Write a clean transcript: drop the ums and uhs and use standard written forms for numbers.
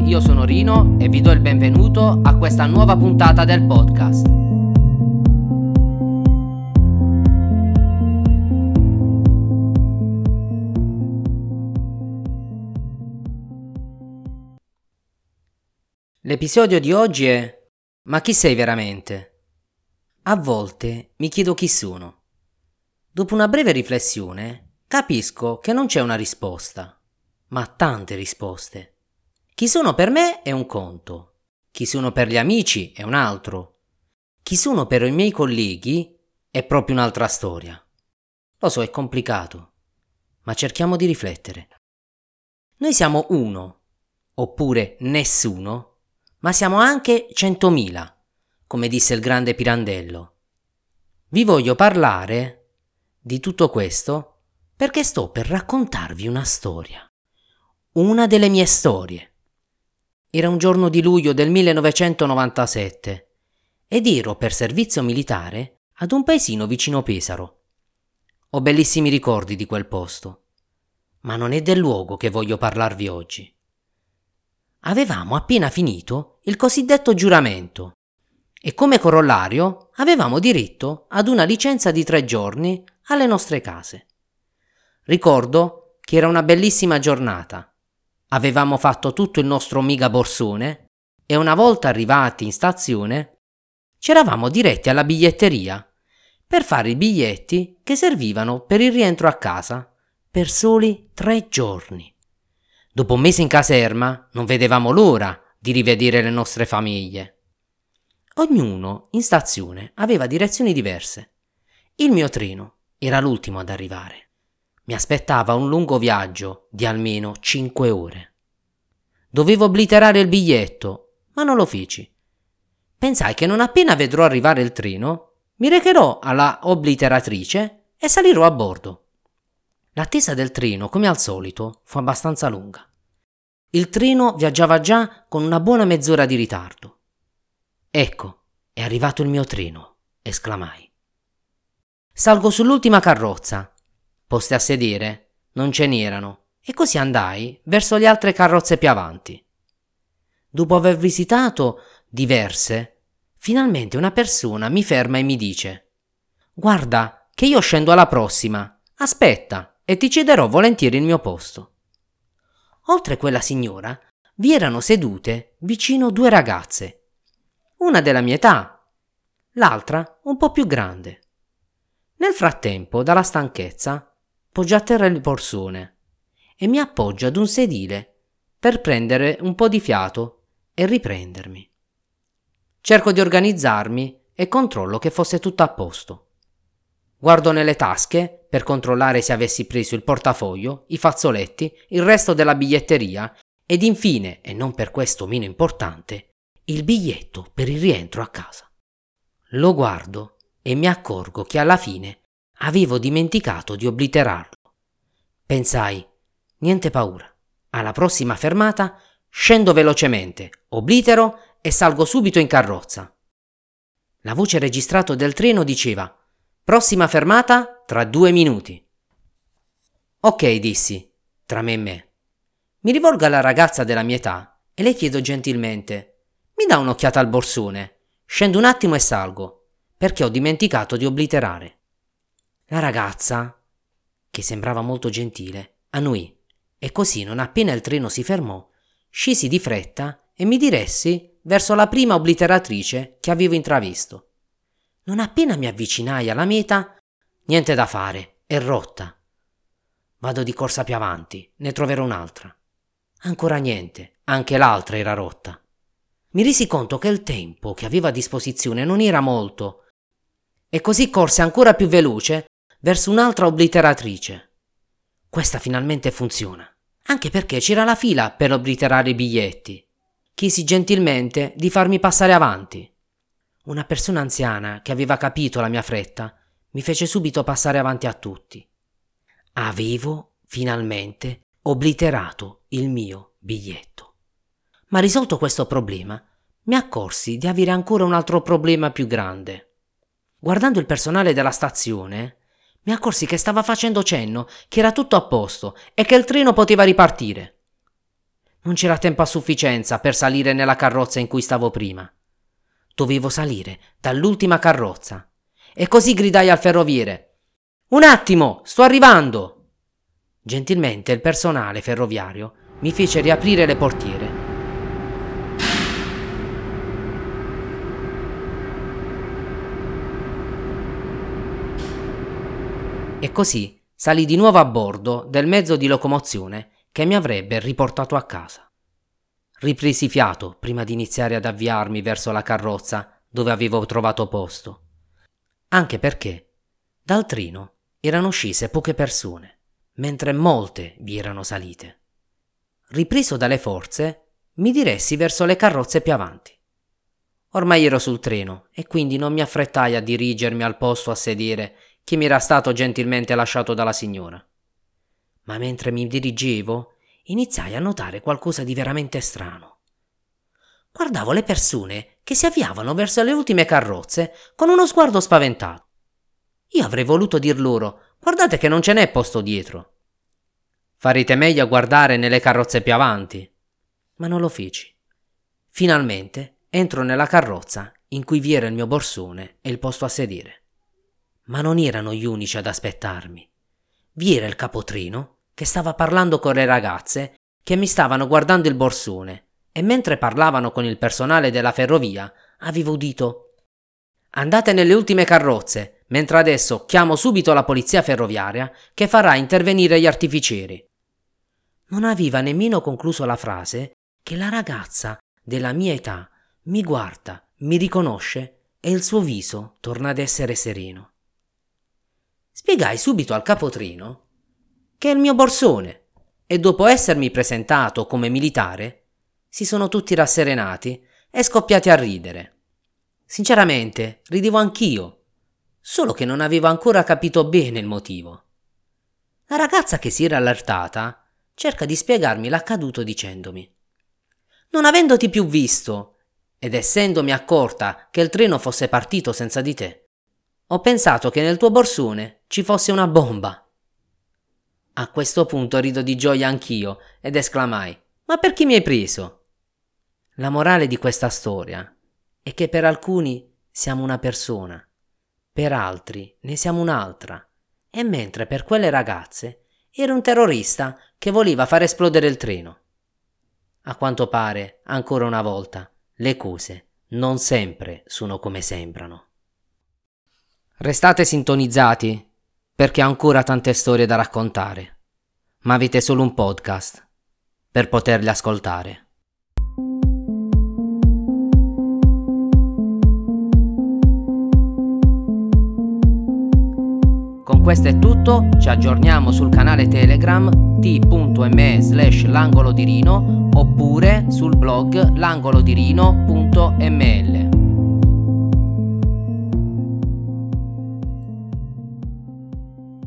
io sono Rino e vi do il benvenuto a questa nuova puntata del podcast. L'episodio di oggi è: ma chi sei veramente? A volte mi chiedo chi sono. Dopo una breve riflessione capisco che non c'è una risposta, ma tante risposte. Chi sono per me è un conto, chi sono per gli amici è un altro, chi sono per i miei colleghi è proprio un'altra storia. Lo so, è complicato, ma cerchiamo di riflettere. Noi siamo uno, oppure nessuno, ma siamo anche 100.000, come disse il grande Pirandello. Vi voglio parlare di tutto questo perché sto per raccontarvi una storia. Una delle mie storie. Era un giorno di luglio del 1997 ed ero per servizio militare ad un paesino vicino Pesaro. Ho bellissimi ricordi di quel posto, ma non è del luogo che voglio parlarvi oggi. Avevamo appena finito il cosiddetto giuramento e come corollario avevamo diritto ad una licenza di 3 giorni alle nostre case. Ricordo che era una bellissima giornata. Avevamo fatto tutto il nostro mega borsone e una volta arrivati in stazione c'eravamo diretti alla biglietteria per fare i biglietti che servivano per il rientro a casa per soli 3 giorni. Dopo un mese in caserma non vedevamo l'ora di rivedere le nostre famiglie. Ognuno in stazione aveva direzioni diverse. Il mio treno era l'ultimo ad arrivare. Mi aspettava un lungo viaggio di almeno 5 ore. Dovevo obliterare il biglietto, ma non lo feci. Pensai che non appena vedrò arrivare il treno, mi recherò alla obliteratrice e salirò a bordo. L'attesa del treno, come al solito, fu abbastanza lunga. Il treno viaggiava già con una buona mezz'ora di ritardo. Ecco, è arrivato il mio treno, esclamai. Salgo sull'ultima carrozza. Posti a sedere non ce n'erano e così andai verso le altre carrozze più avanti. Dopo aver visitato diverse, finalmente una persona mi ferma e mi dice: «Guarda che io scendo alla prossima, aspetta e ti cederò volentieri il mio posto». Oltre quella signora vi erano sedute vicino 2 ragazze, una della mia età, l'altra un po' più grande. Nel frattempo, dalla stanchezza, poggio a terra il borsone e mi appoggio ad un sedile per prendere un po' di fiato e riprendermi. Cerco di organizzarmi e controllo che fosse tutto a posto. Guardo nelle tasche per controllare se avessi preso il portafoglio, i fazzoletti, il resto della biglietteria ed infine, e non per questo meno importante, il biglietto per il rientro a casa. Lo guardo e mi accorgo che alla fine avevo dimenticato di obliterarlo. Pensai: niente paura, alla prossima fermata scendo velocemente, oblitero e salgo subito in carrozza. La voce registrata del treno diceva: «Prossima fermata tra 2 minuti». «Ok», dissi, tra me e me. Mi rivolgo alla ragazza della mia età e le chiedo gentilmente: «Mi dà un'occhiata al borsone? Scendo un attimo e salgo, perché ho dimenticato di obliterare». La ragazza, che sembrava molto gentile, annuì e così, non appena il treno si fermò, scesi di fretta e mi diressi verso la prima obliteratrice che avevo intravisto. Non appena mi avvicinai alla meta, niente da fare, è rotta. Vado di corsa più avanti, ne troverò un'altra. Ancora niente, anche l'altra era rotta. Mi resi conto che il tempo che avevo a disposizione non era molto e così corse ancora più veloce verso un'altra obliteratrice. Questa finalmente funziona, anche perché c'era la fila per obliterare i biglietti. Chiesi gentilmente di farmi passare avanti. Una persona anziana che aveva capito la mia fretta mi fece subito passare avanti a tutti. Avevo finalmente obliterato il mio biglietto. Ma risolto questo problema, mi accorsi di avere ancora un altro problema più grande. Guardando il personale della stazione, mi accorsi che stava facendo cenno che era tutto a posto e che il treno poteva ripartire. Non c'era tempo a sufficienza per salire nella carrozza in cui stavo prima. Dovevo salire dall'ultima carrozza. E così gridai al ferroviere: «Un attimo, sto arrivando!» Gentilmente il personale ferroviario mi fece riaprire le portiere. E così salì di nuovo a bordo del mezzo di locomozione che mi avrebbe riportato a casa. Ripresi fiato prima di iniziare ad avviarmi verso la carrozza dove avevo trovato posto, anche perché dal treno erano scese poche persone, mentre molte vi erano salite. Ripreso dalle forze, mi diressi verso le carrozze più avanti. Ormai ero sul treno e quindi non mi affrettai a dirigermi al posto a sedere che mi era stato gentilmente lasciato dalla signora. Ma mentre mi dirigevo, iniziai a notare qualcosa di veramente strano. Guardavo le persone che si avviavano verso le ultime carrozze con uno sguardo spaventato. Io avrei voluto dir loro: «Guardate che non ce n'è posto dietro. Farete meglio a guardare nelle carrozze più avanti». Ma non lo feci. Finalmente entro nella carrozza in cui vi era il mio borsone e il posto a sedere. Ma non erano gli unici ad aspettarmi. Vi era il capotreno che stava parlando con le ragazze che mi stavano guardando il borsone, e mentre parlavano con il personale della ferrovia avevo udito: «Andate nelle ultime carrozze, mentre adesso chiamo subito la polizia ferroviaria che farà intervenire gli artificieri». Non aveva nemmeno concluso la frase che la ragazza della mia età mi guarda, mi riconosce e il suo viso torna ad essere sereno. Spiegai subito al capotreno che è il mio borsone e dopo essermi presentato come militare si sono tutti rasserenati e scoppiati a ridere. Sinceramente ridevo anch'io, solo che non avevo ancora capito bene il motivo. La ragazza che si era allertata cerca di spiegarmi l'accaduto dicendomi: «Non avendoti più visto ed essendomi accorta che il treno fosse partito senza di te, ho pensato che nel tuo borsone ci fosse una bomba». A questo punto rido di gioia anch'io ed esclamai: «Ma per chi mi hai preso?» La morale di questa storia è che per alcuni siamo una persona, per altri ne siamo un'altra, e mentre per quelle ragazze era un terrorista che voleva far esplodere il treno. A quanto pare, ancora una volta, le cose non sempre sono come sembrano. Restate sintonizzati perché ho ancora tante storie da raccontare, ma avete solo un podcast per poterle ascoltare. Con questo è tutto, ci aggiorniamo sul canale Telegram t.me/l'angolo di Rino oppure sul blog langolodirino.ml.